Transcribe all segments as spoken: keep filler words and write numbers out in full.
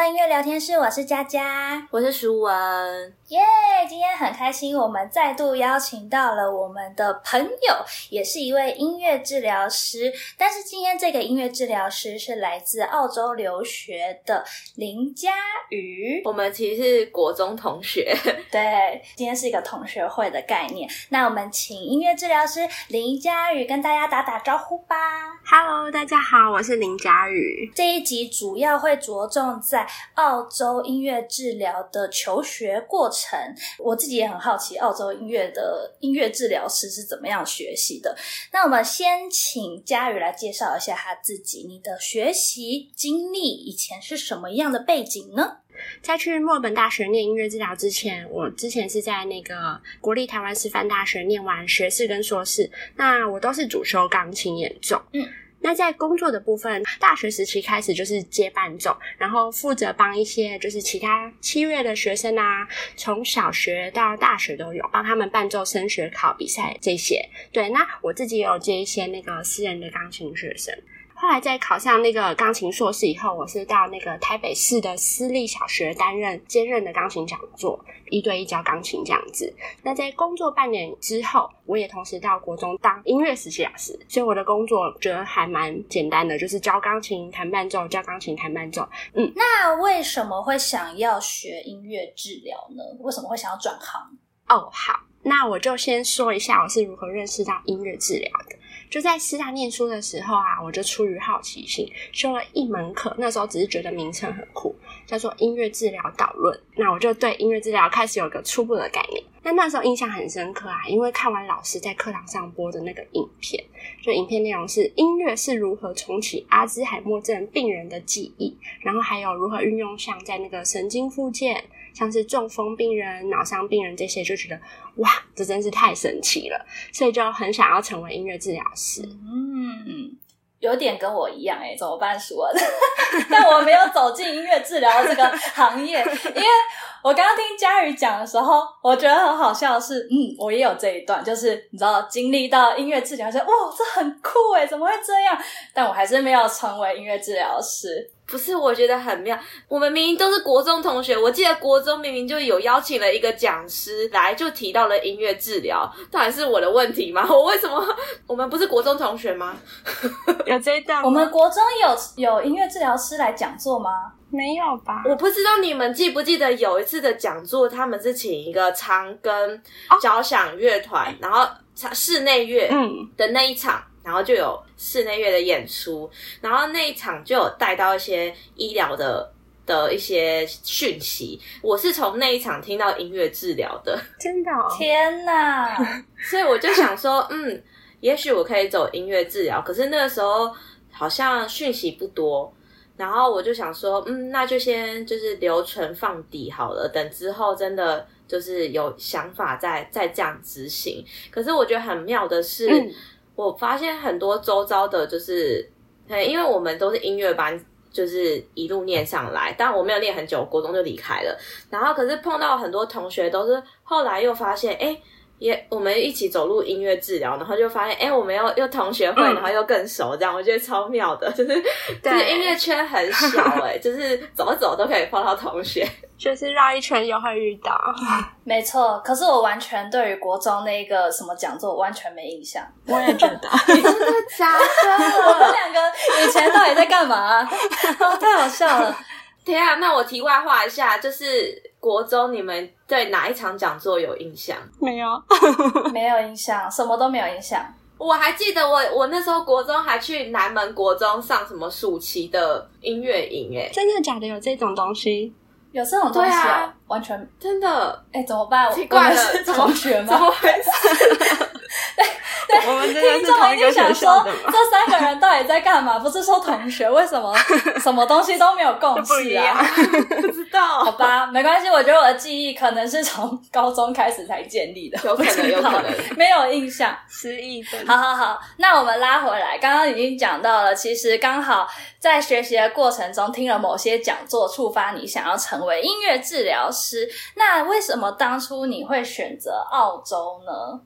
音乐聊天室，我是佳佳， 我是淑文。 耶、yeah, 今天很开心，我们再度邀请到了我们的朋友，也是一位音乐治疗师，但是今天这个音乐治疗师是来自澳洲留学的林佳宇。 我们其实是国中同学。 对，今天是一个同学会的概念。那我们请音乐治疗师林佳宇跟大家打打招呼吧。 Hello， 大家好，我是林佳宇。 这一集主要会着重在澳洲音乐治疗的求学过程。我自己也很好奇澳洲音乐的音乐治疗师是怎么样学习的。那我们先请佳宇来介绍一下他自己，你的学习经历以前是什么样的背景呢？ 在去墨尔本大学念音乐治疗之前，我之前是在那个国立台湾师范大学念完学士跟硕士，那我都是主修钢琴演奏。嗯，那在工作的部分，大学时期开始就是接伴奏，然后负责帮一些就是其他七月的学生啊，从小学到大学都有，帮他们伴奏升学考比赛这些。对，那我自己也有接一些那个私人的钢琴学生。后来在考上那个钢琴硕士以后，我是到那个台北市的私立小学担任兼任的钢琴讲座，一对一教钢琴这样子。那在工作半年之后，我也同时到国中当音乐实习老师，所以我的工作觉得还蛮简单的，就是教钢琴、弹伴奏，教钢琴、弹伴奏。嗯， 那为什么会想要学音乐治疗呢？为什么会想要转行？ 哦，好，那我就先说一下我是如何认识到音乐治疗的。就在师大念书的时候啊，我就出于好奇心修了一门课，那时候只是觉得名称很酷，叫做音乐治疗导论。那我就对音乐治疗开始有个初步的概念。那那时候印象很深刻啊，因为看完老师在课堂上播的那个影片，就影片内容是音乐是如何重启阿兹海默症病人的记忆，然后还有如何运用像在那个神经复健，像是中风病人、脑伤病人这些，就觉得哇，这真是太神奇了，所以就很想要成为音乐治疗师。 嗯，有点跟我一样诶、欸、怎么办淑文？但我没有走进音乐治疗这个行业，因为我刚刚听佳宇讲的时候，我觉得很好笑的是，嗯，我也有这一段，就是你知道经历到音乐治疗，哇，这很酷诶，怎么会这样？但我还是没有成为音乐治疗师。 不是，我觉得很妙。我们明明都是国中同学，我记得国中明明就有邀请了一个讲师来，就提到了音乐治疗，到底是我的问题吗？我为什么？我们不是国中同学吗？ 有这一段吗？ 我们国中有有音乐治疗师来讲座吗？ 没有吧？ 我不知道你们记不记得有一次的讲座，他们是请一个长庚交响乐团，哦、然后室内乐的那一场。嗯，然后就有室内乐的演出，然后那一场就有带到一些医疗的的一些讯息。我是从那一场听到音乐治疗的， 真的、哦？ 天哪！ 所以我就想说，嗯，也许我可以走音乐治疗，可是那个时候好像讯息不多，然后我就想说，嗯，那就先就是留存放底好了，等之后真的就是有想法再再这样执行。可是我觉得很妙的是。嗯，我发现很多周遭的就是因为我们都是音乐班，就是一路念上来，但我没有念很久，国中就离开了，然后可是碰到很多同学都是后来又发现诶也我们一起走入音乐治疗，然后就发现诶我们又又同学会，然后又更熟，这样我觉得超妙的，就是就是音乐圈很小诶就是走走都可以碰到同学， 就是绕一圈又会遇到。 没错，可是我完全对于国中那个什么讲座完全没印象。 我也觉得。 真的假的？ 我们两个以前到底在干嘛、啊哦、太好笑了。 天啊，那我题外话一下，就是国中你们对哪一场讲座有印象？ 没有。 没有印象，什么都没有印象。 我还记得我我那时候国中还去南门国中上什么暑期的音乐营诶。 真的假的？有这种东西？ 有这种东西、哦啊、 完全真的。 诶怎么办？ 奇怪了， 是同学吗？ 怎么回事？ 对， 我们真的是同一个学校的吗？ 这三个人到底在干嘛？不是说同学，为什么什么东西都没有共识啊？ 不知道。 好吧，没关系，我觉得我的记忆可能是从高中开始才建立的， 有可能，有可能没有印象， 失忆症。 好好好，那我们拉回来，刚刚已经讲到了，其实刚好在学习的过程中听了某些讲座，触发你想要成为音乐治疗师。那为什么当初你会选择澳洲呢？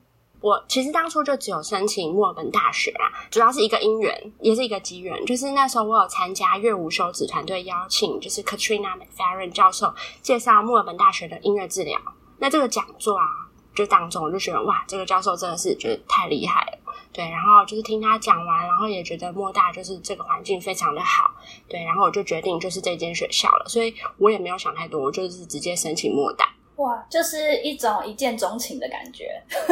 我其实当初就只有申请墨尔本大学啦，主要是一个因缘，也是一个机缘，就是那时候我有参加乐舞修子团队邀请，就是 Katrina McFerrin 教授介绍墨尔本大学的音乐治疗。那这个讲座啊，就当中我就觉得哇，这个教授真的是觉得太厉害了。对，然后就是听他讲完，然后也觉得墨大就是这个环境非常的好，对，然后我就决定就是这间学校了，所以我也没有想太多，我就是直接申请墨大。 哇，就是一种一见钟情的感觉。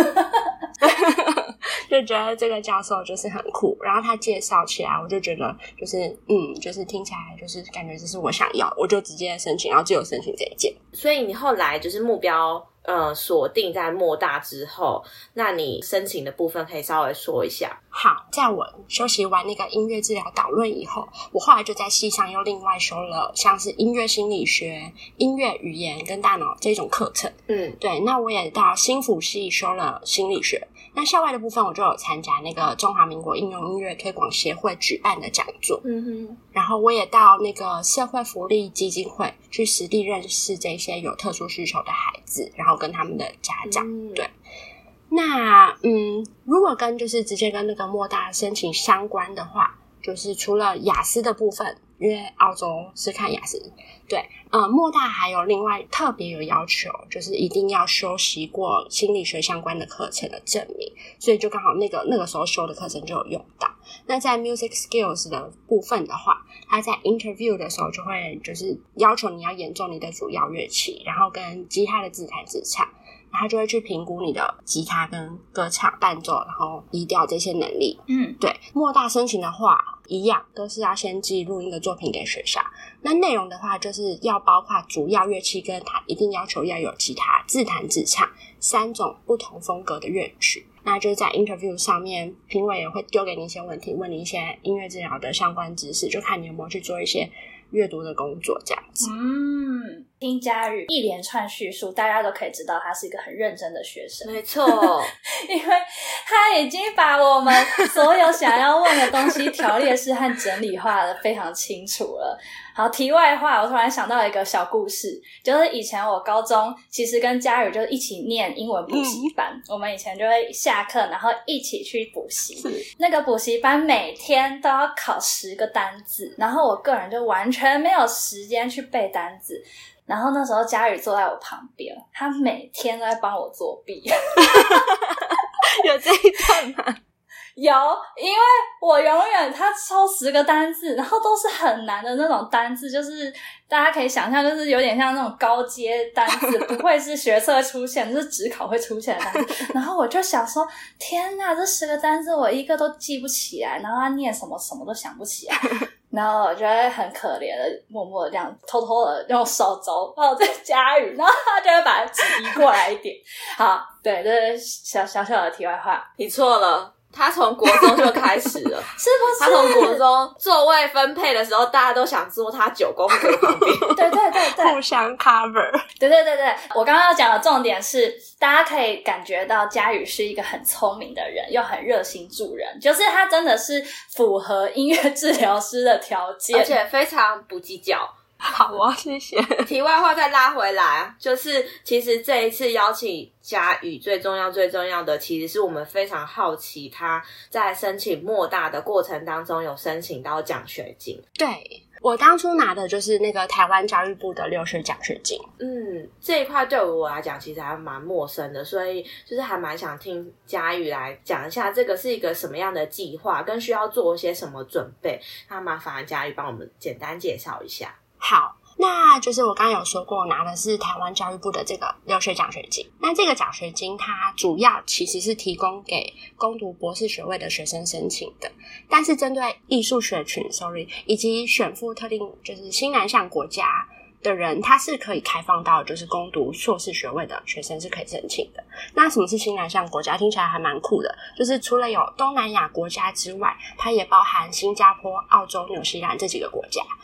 就觉得这个教授就是很酷，然后他介绍起来我就觉得就是嗯，就是听起来就是感觉这是我想要，我就直接申请，然后只有申请这一件。 所以你后来就是目标呃锁定在墨大之后，那你申请的部分可以稍微说一下。 好，在我休息完那个音乐治疗导论以后，我后来就在系上又另外修了像是音乐心理学、音乐语言跟大脑这种课程。嗯，对，那我也到新辅系修了心理学。那校外的部分我就有参加那个中华民国应用音乐推广协会举办的讲座。嗯哼，然后我也到那个社会福利基金会去实地认识这些有特殊需求的孩子，然后跟他们的家长。嗯、对。那嗯，如果跟就是直接跟那个墨大申请相关的话，就是除了雅思的部分，因为澳洲是看雅思，对，呃，墨大还有另外特别有要求，就是一定要修习过心理学相关的课程的证明，所以就刚好那个那个时候修的课程就有用到。那在 music skills 的部分的话，他在 interview 的时候就会就是要求你要演奏你的主要乐器，然后跟吉他的自弹自唱。他就会去评估你的吉他跟歌唱伴奏，然后移调这些能力。嗯，对。墨大申请的话一样都是要先寄录音的作品给学校，那内容的话就是要包括主要乐器跟他一定要求要有吉他自弹自唱三种不同风格的乐曲。那就是在 interview 上面评委也会丢给你一些问题，问你一些音乐治疗的相关知识，就看你有没有去做一些阅读的工作这样子。 嗯，听佳宇一连串叙述，大家都可以知道他是一个很认真的学生。 没错， 因为他已经把我们所有想要问的东西条列式和整理化的非常清楚了。好，题外话，我突然想到一个小故事，就是以前我高中其实跟佳宇就一起念英文补习班、嗯、我们以前就会下课然后一起去补习，那个补习班每天都要考十个单字，然后我个人就完全没有时间去背单字，然后那时候佳宇坐在我旁边，他每天都在帮我作弊。 有这一段吗？ 有，因为我永远他抽十个单字，然后都是很难的那种单字，就是大家可以想象，就是有点像那种高阶单字，不会是学测出现，就是指考会出现的单字。然后我就想说，天哪，这十个单字我一个都记不起来，然后他念什么什么都想不起来。然后我觉得很可怜的，默默的这样偷偷的用手肘抱着佳宇，然后他就会把纸移过来一点。好，对，这是小小小的题外话。 你错了。他从国中就开始了， 是不是？ 他从国中座位分配的时候，大家都想坐他九宫格旁边， 对对对对， 互相 cover。 对对对对，我刚刚要讲的重点是，大家可以感觉到佳宇是一个很聪明的人，又很热心助人，就是他真的是符合音乐治疗师的条件， 而且非常不计较。 好啊，谢谢。 题外话再拉回来，就是其实这一次邀请佳宇最重要最重要的，其实是我们非常好奇他在申请墨大的过程当中有申请到奖学金。 对，我当初拿的就是那个台湾教育部的留学奖学金。 嗯，这一块对我来讲其实还蛮陌生的，所以就是还蛮想听佳宇来讲一下这个是一个什么样的计划，跟需要做一些什么准备。那麻烦佳宇帮我们简单介绍一下。 好，那就是我刚刚有说过，我拿的是台湾教育部的这个留学奖学金。那这个奖学金它主要其实是提供给攻读博士学位的学生申请的，但是针对艺术学群 sorry 以及选赴特定就是新南向国家的人，他是可以开放到就是攻读硕士学位的学生是可以申请的。那什么是新南向国家？听起来还蛮酷的，就是除了有东南亚国家之外，它也包含新加坡、澳洲、纽西兰这几个国家。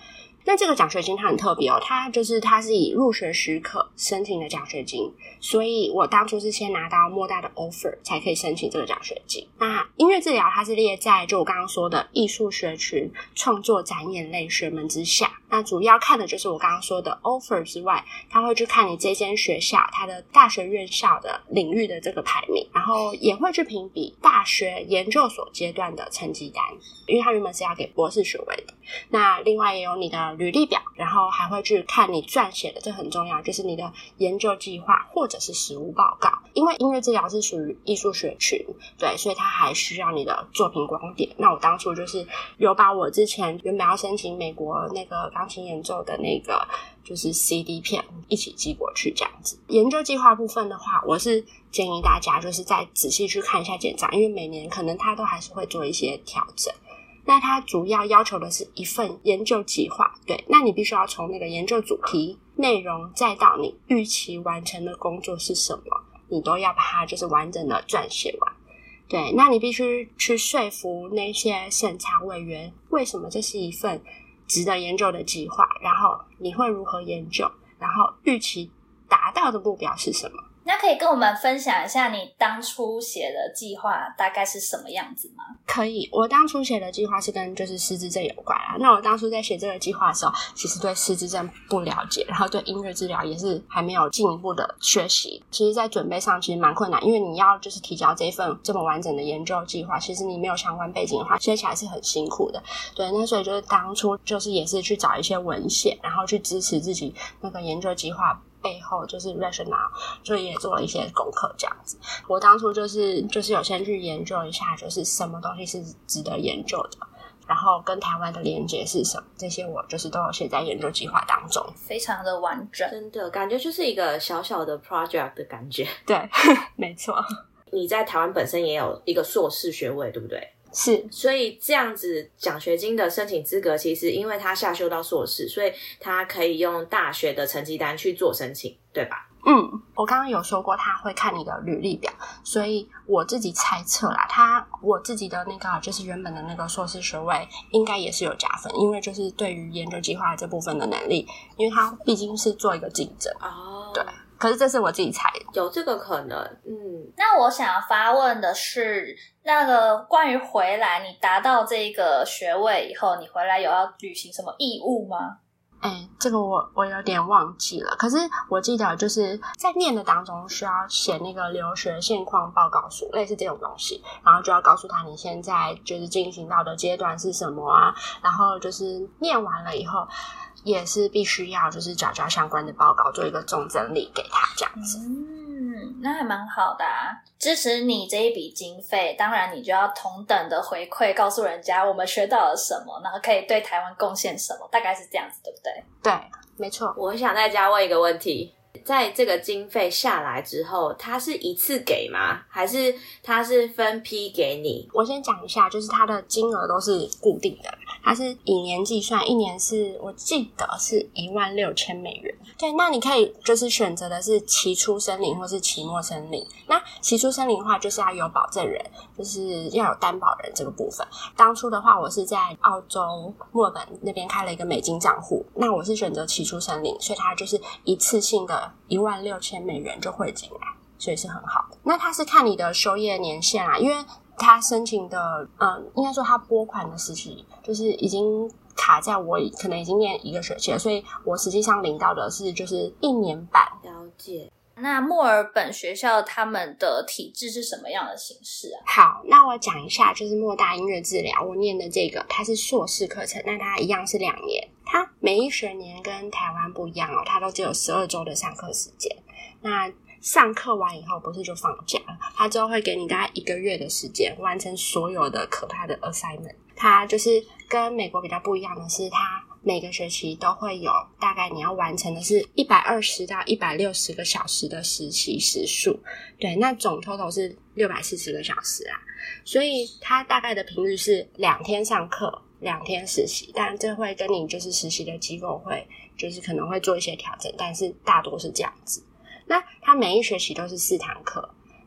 那这个奖学金它很特别哦，它就是它是以入学许可申请的奖学金，所以我当初是先拿到莫大的 offer 才可以申请这个奖学金。那音乐治疗它是列在就我刚刚说的艺术学群、创作展演类学门之下，那主要看的就是我刚刚说的 offer 之外，它会去看你这间学校它的大学院校的领域的这个排名，然后也会去评比大学研究所阶段的成绩单，因为它原本是要给博士学位的。那另外也有你的履历表，然后还会去看你撰写的，这很重要，就是你的研究计划或者是实务报告。因为音乐治疗是属于艺术学群，对，所以它还需要你的作品光点。那我当初就是有把我之前原本要申请美国那个钢琴演奏的那个就是 C D 片一起寄过去这样子。研究计划部分的话，我是建议大家就是再仔细去看一下简章，因为每年可能它都还是会做一些调整。那它主要要求的是一份研究计划，对，那你必须要从那个研究主题、内容，再到你预期完成的工作是什么，你都要把它就是完整的撰写完。对，那你必须去说服那些审查委员，为什么这是一份值得研究的计划，然后你会如何研究，然后预期达到的目标是什么。 那可以跟我们分享一下你当初写的计划大概是什么样子吗？ 可以，我当初写的计划是跟就是失智症有关啦。那我当初在写这个计划的时候，其实对失智症不了解，然后对音乐治疗也是还没有进一步的学习。其实在准备上其实蛮困难，因为你要就是提交这一份这么完整的研究计划，其实你没有相关背景的话，写起来是很辛苦的。对，那所以就是当初就是也是去找一些文献，然后去支持自己那个研究计划背后就是 rationale， 就也做了一些功课这样子。我当初就是就是有先去研究一下，就是什么东西是值得研究的，然后跟台湾的连结是什么，这些我就是都有写在研究计划当中， 非常的完整， 真的感觉就是一个小小的 project 的感觉。 对，没错。 你在台湾本身也有一个硕士学位，对不对？ 是， 所以这样子奖学金的申请资格，其实因为他下修到硕士，所以他可以用大学的成绩单去做申请，对吧？ 嗯，我刚刚有说过他会看你的履历表，所以我自己猜测啦，他我自己的那个就是原本的那个硕士学位应该也是有加分，因为就是对于研究计划这部分的能力，因为他毕竟是做一个竞争哦， 对。可是这是我自己猜的， 有这个可能。嗯， 那我想要发问的是，那个关于回来你达到这个学位以后，你回来有要履行什么义务吗？ 哎，这个我我有点忘记了，可是我记得就是在念的当中需要写那个留学现况报告书，类似这种东西，然后就要告诉他你现在就是进行到的阶段是什么啊，然后就是念完了以后也是必须要就是缴交相关的报告，做一个总整理给他这样子。 嗯，那还蛮好的啊，支持你这一笔经费，当然你就要同等的回馈，告诉人家我们学到了什么，然后可以对台湾贡献什么，大概是这样子，对不对？ 对，没错。 我想再加问一个问题，在这个经费下来之后，它是一次给吗？还是它是分批给你？ 我先讲一下，就是它的金额都是固定的，它是以年计算，一年是我记得是一万六千美元。对，那你可以就是选择的是期初申领或是期末申领。那期初申领的话，就是要有保证人，就是要有担保人这个部分。当初的话，我是在澳洲墨尔本那边开了一个美金账户，那我是选择期初申领，所以它就是一次性的一万六千美元就汇进来，所以是很好的。那它是看你的修业年限啦，因为他申请的，嗯，应该说他拨款的时期就是已经卡在我可能已经念一个学期了，所以我实际上领到的是就是一年半。 了解。 那墨尔本学校他们的体制是什么样的形式啊？ 好，那我讲一下，就是莫大音乐治疗我念的这个，它是硕士课程，那它一样是两年，它每一学年跟台湾不一样哦，它都只有十二周的上课时间。那上课完以后不是就放假了，他之后会给你大概一个月的时间完成所有的可怕的 assignment。 他就是跟美国比较不一样的是，他每个学期都会有大概你要完成的是一百二十到一百六十个小时的实习时数，对，那总 total 是六百四十个小时啊，所以他大概的频率是两天上课两天实习，但这会跟你就是实习的机构会就是可能会做一些调整，但是大多是这样子。那他每一学期都是四堂课，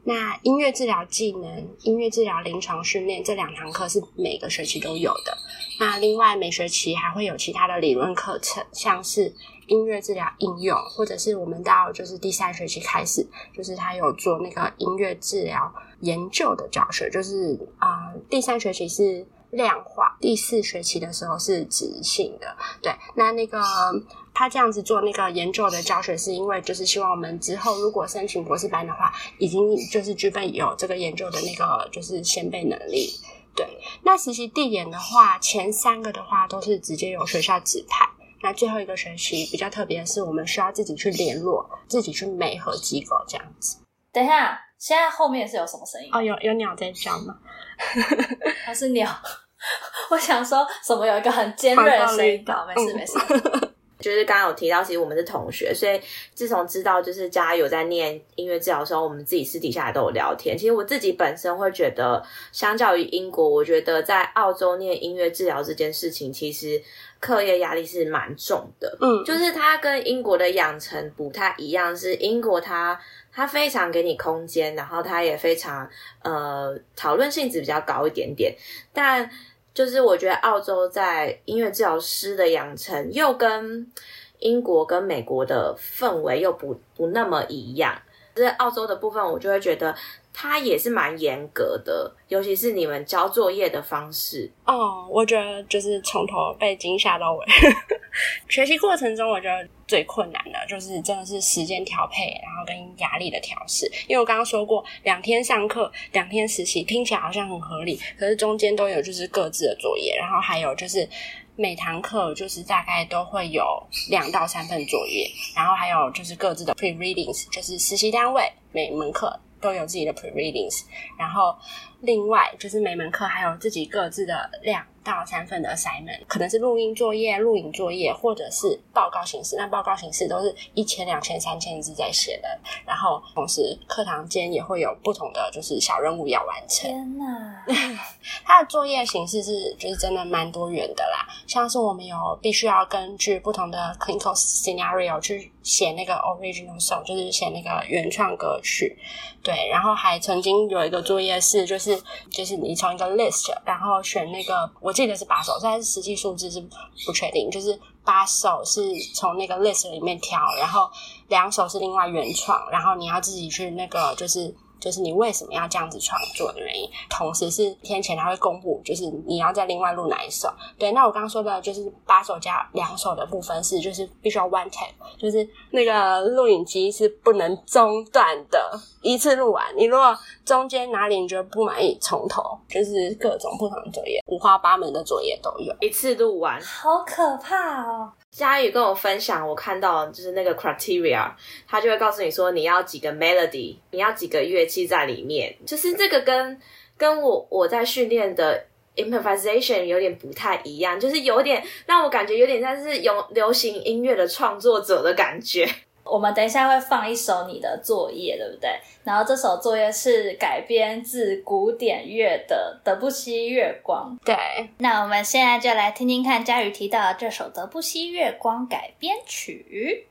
那音乐治疗技能、音乐治疗临床训练这两堂课是每个学期都有的。那另外每学期还会有其他的理论课程，像是音乐治疗应用，或者是我们到就是第三学期开始，就是他有做那个音乐治疗研究的教学，就是啊、呃，第三学期是量化，第四学期的时候是质性的。对，那那个他这样子做那个研究的教学，是因为就是希望我们之后如果申请博士班的话，已经就是具备有这个研究的那个就是先辈能力。对，那实习地点的话，前三个的话都是直接由学校指派。那最后一个学期比较特别的是，我们需要自己去联络，自己去媒合机构这样子。 等一下，现在后面是有什么声音？ 哦，有有鸟在叫吗？ 还是鸟？我想说什么有一个很尖锐的声音。好，没事、嗯、没事。 就是刚刚有提到，其实我们是同学，所以自从知道就是佳有在念音乐治疗的时候，我们自己私底下也都有聊天。其实我自己本身会觉得，相较于英国，我觉得在澳洲念音乐治疗这件事情，其实课业压力是蛮重的。嗯，就是它跟英国的养成不太一样，是英国它它非常给你空间，然后它也非常呃讨论性质比较高一点点，但就是我觉得澳洲在音乐治疗师的养成又跟英国跟美国的氛围又不不那么一样。就是澳洲的部分我就会觉得它也是蛮严格的，尤其是你们交作业的方式。 哦，我觉得就是从头被惊吓到尾。学习过程中我觉得最困难的就是真的是时间调配，然后跟压力的调试。因为我刚刚说过两天上课两天实习，听起来好像很合理，可是中间都有就是各自的作业，然后还有就是每堂课就是大概都会有两到三份作业，然后还有就是各自的 pre-readings， 就是实习单位每门课都有自己的 pre-readings， 然后另外就是每门课还有自己各自的两到三份的 assignment， 可能是录音作业、录影作业，或者是报告形式。那报告形式都是一千、两千、三千字在写的。然后同时课堂间也会有不同的就是小任务要完成。 天哪！ 它的作业形式是就是真的蛮多元的啦，像是我们有必须要根据不同的 clinical scenario 去写那个 original song， 就是写那个原创歌曲。对，然后还曾经有一个作业是就是就是你从一个 list 然后选那个我记得是八首，但是实际数字是不确定，就是八首是从那个 list 里面挑，然后两首是另外原创，然后你要自己去那个就是就是你为什么要这样子创作的原因，同时是天前他会公布就是你要再另外录哪一首。对，那我刚刚说的就是八首加两首的部分是就是必须要 one take， 就是那个录影机是不能中断的，一次录完，你如果中间哪里你觉得不满意从头，就是各种不同的作业，五花八门的作业都有， 一次录完。 好可怕哦。 佳宇跟我分享我看到就是那个 criteria， 他就会告诉你说你要几个 melody， 你要几个乐器在里面，就是这个跟跟我我在训练的 improvisation 有点不太一样，就是有点让我感觉有点像是有流行音乐的创作者的感觉。 我们等一下会放一首你的作业，对不对？然后这首作业是改编自古典乐的德布西月光。 对， 那我们现在就来听听看佳瑜提到的这首德布西月光改编曲。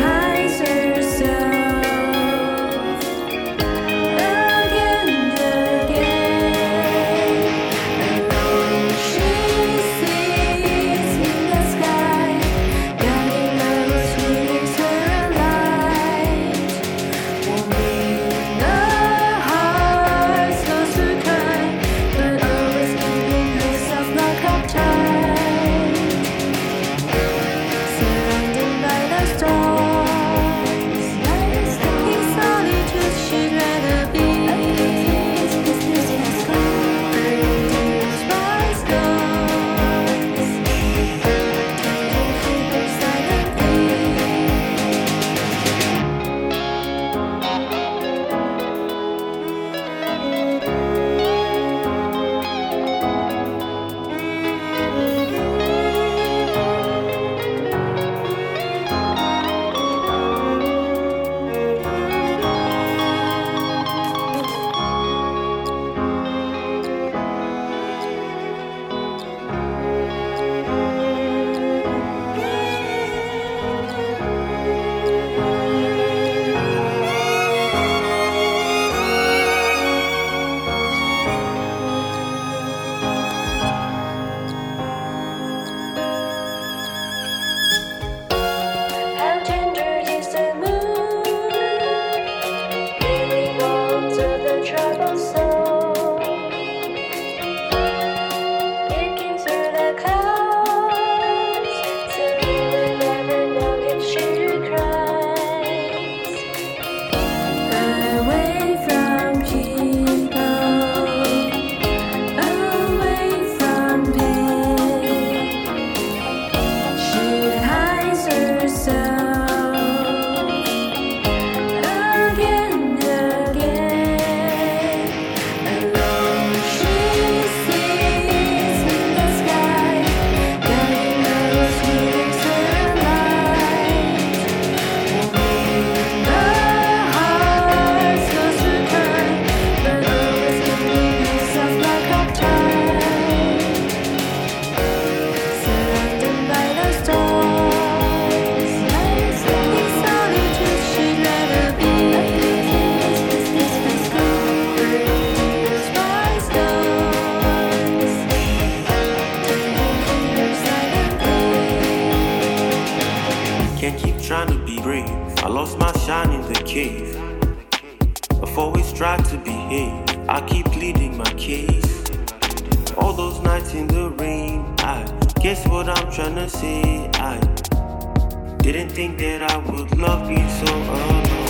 Again, the can't keep trying to be brave. I lost my shine in the cave. I've always tried to behave. I keep pleading my case. All those nights in the rain, I guess what I'm trying to say. I didn't think that I would love being so alone.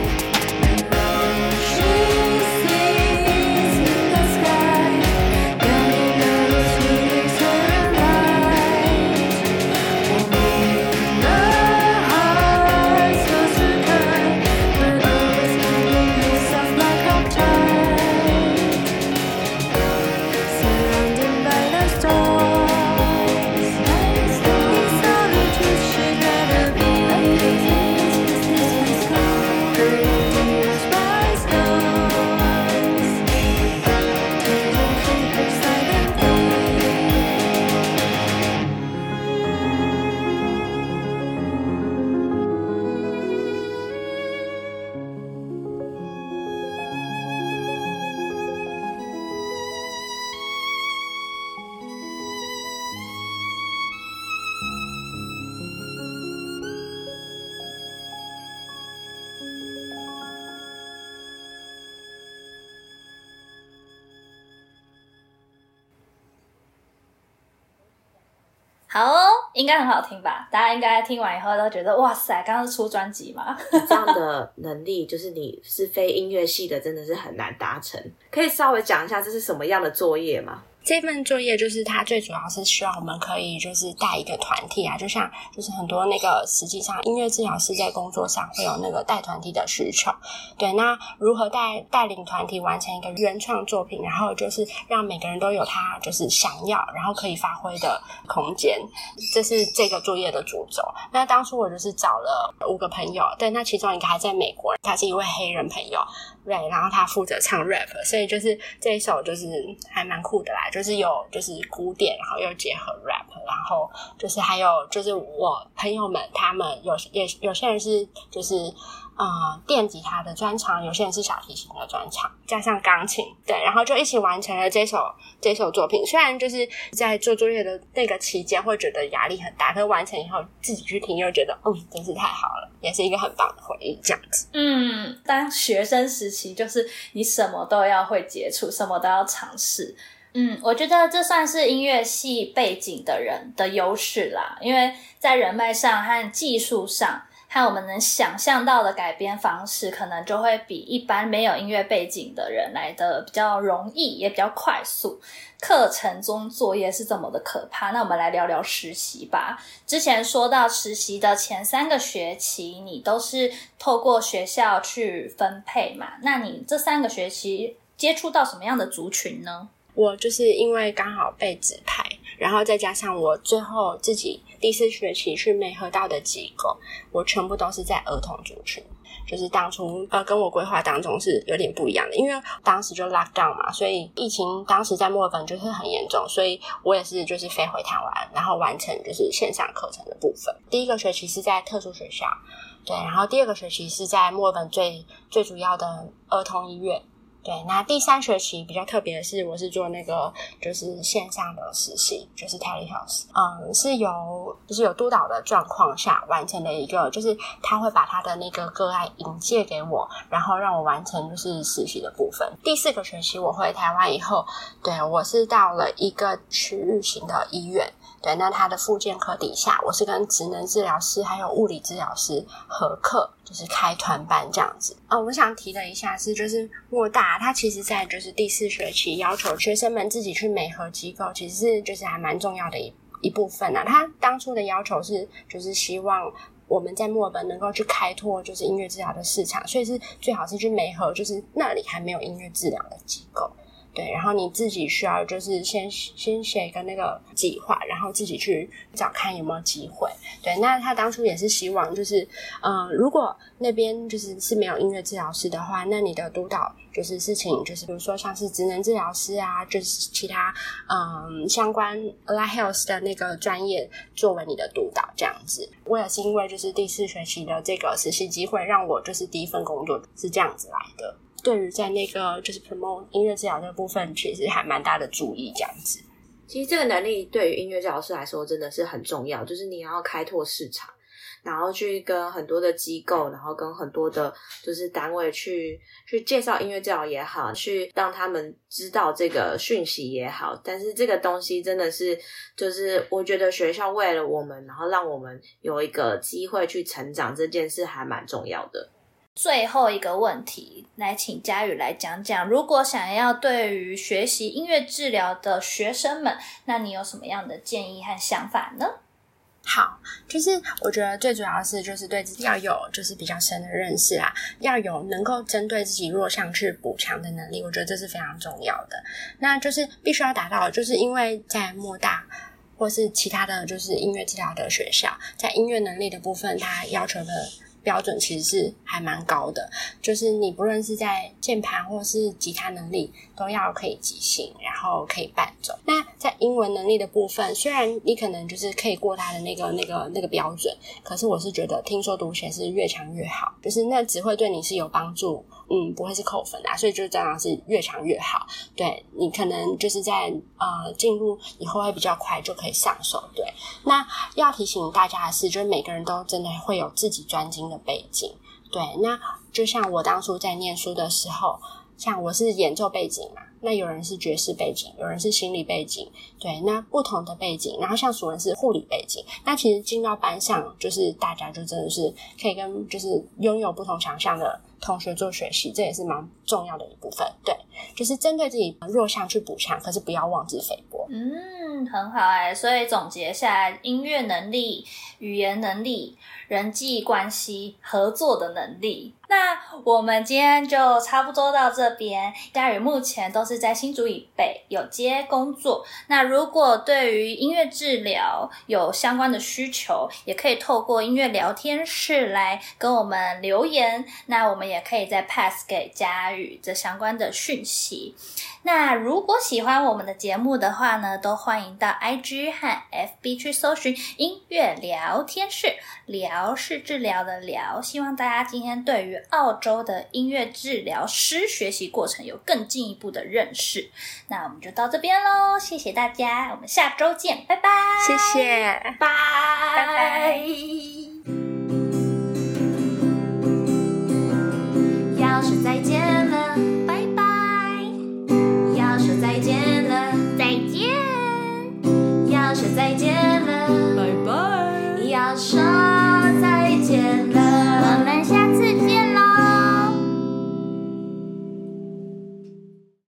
好哦，应该很好听吧？大家应该听完以后都觉得哇塞，刚刚是出专辑吗？ 这样的能力就是你是非音乐系的，真的是很难达成。可以稍微讲一下这是什么样的作业吗？ 这份作业就是它最主要是希望我们可以就是带一个团体啊，就像就是很多那个实际上音乐治疗师在工作上会有那个带团体的需求，对，那如何带带领团体完成一个原创作品，然后就是让每个人都有他就是想要然后可以发挥的空间，这是这个作业的主轴。那当初我就是找了五个朋友，对，那其中一个还在美国，他是一位黑人朋友，对，然后他负责唱 rap， 所以就是这一首就是还蛮酷的啦，就是有就是古典，然后又结合 rap， 然后就是还有就是我朋友们他们有也有些人是就是呃电吉他的专长，有些人是小提琴的专长，加上钢琴，对，然后就一起完成了这首这首作品。虽然就是在做作业的那个期间会觉得压力很大，可是完成以后自己去听又觉得嗯真是太好了，也是一个很棒的回忆这样子。 嗯，当学生时期就是你什么都要会接触，什么都要尝试。嗯，我觉得这算是音乐系背景的人的优势啦，因为在人脉上和技术上和我们能想象到的改编方式，可能就会比一般没有音乐背景的人来的比较容易，也比较快速。课程中作业是这么的可怕，那我们来聊聊实习吧。之前说到实习的前三个学期你都是透过学校去分配嘛，那你这三个学期接触到什么样的族群呢？ 我就是因为刚好被指派，然后再加上我最后自己第四学期去媒合到的机构，我全部都是在儿童族群，就是当初呃跟我规划当中是有点不一样的，因为当时就 lock down 嘛，所以疫情当时在墨尔本就是很严重，所以我也是就是飞回台湾，然后完成就是线上课程的部分。第一个学期是在特殊学校，对，然后第二个学期是在墨尔本最最主要的儿童医院。对，那第三学期比较特别的是，我是做那个就是线上的实习，就是 telehealth， 嗯，是有就是有督导的状况下完成的一个，就是他会把他的那个个案引介给我，然后让我完成就是实习的部分。第四个学期我回台湾以后，对，我是到了一个区域型的医院。对，那他的复健科底下，我是跟职能治疗师还有物理治疗师合课，就是开团班这样子。呃，我想提的一下是，就是墨大他其实在就是第四学期要求学生们自己去媒合机构，其实是就是还蛮重要的一一部分啊。他当初的要求是，就是希望我们在墨尔本能够去开拓就是音乐治疗的市场，所以是最好是去媒合就是那里还没有音乐治疗的机构。对，然后你自己需要就是先先写一个那个计划，然后自己去找看有没有机会。对，那他当初也是希望就是嗯、呃，如果那边就是是没有音乐治疗师的话，那你的督导就是事情就是比如说像是职能治疗师啊，就是其他嗯相关 Allied Health 的那个专业作为你的督导这样子。我也是因为就是第四学期的这个实习机会，让我就是第一份工作是这样子来的。对于在那个就是 promote 音乐治疗这个部分其实还蛮大的注意这样子。 其实这个能力对于音乐治疗师来说真的是很重要，就是你要开拓市场， 然后去跟很多的机构，然后跟很多的就是单位去去介绍音乐治疗也好，去让他们知道这个讯息也好。但是这个东西真的是就是我觉得学校为了我们，然后让我们有一个机会去成长，这件事还蛮重要的。 最后一个问题，来请嘉宇来讲讲，如果想要对于学习音乐治疗的学生们，那你有什么样的建议和想法呢？ 好，就是我觉得最主要是就是对自己要有就是比较深的认识啦，要有能够针对自己弱项去补强的能力，我觉得这是非常重要的。那就是必须要达到，就是因为在莫大或是其他的就是音乐治疗的学校，在音乐能力的部分，它要求的标准其实是还蛮高的，就是你不论是在键盘或是吉他能力都要可以即兴，然后可以伴奏。那在英文能力的部分，虽然你可能就是可以过它的那个那个那个标准，可是我是觉得听说读写是越强越好，就是那只会对你是有帮助，嗯，不会是扣分的、啊、所以就当然是越强越好。对，你可能就是在呃进入以后会比较快就可以上手。对，那要提醒大家的是，就是每个人都真的会有自己专精的背景。对，那就像我当初在念书的时候，像我是演奏背景嘛，那有人是爵士背景，有人是心理背景，对，那不同的背景，然后像属人是护理背景，那其实进到班上，就是大家就真的是可以跟就是拥有不同强项的同学做学习，这也是蛮重要的一部分。对，就是针对自己弱项去补强，可是不要妄自菲薄。 嗯，很好哎、欸。所以总结下来，音乐能力、语言能力、人际关系、合作的能力。那我们今天就差不多到这边。嘉宇目前都是在新竹以北有接工作，那如果对于音乐治疗有相关的需求，也可以透过音乐聊天室来跟我们留言，那我们也可以再 pass 给嘉宇这相关的讯息。那如果喜欢我们的节目的话呢，都欢迎到 I G 和 F B 去搜寻音乐聊天室，聊是治疗的聊。希望大家今天对于澳洲的音乐治疗师学习过程有更进一步的认识。那我们就到这边咯，谢谢大家，我们下周见，拜拜。 谢谢， 拜拜拜。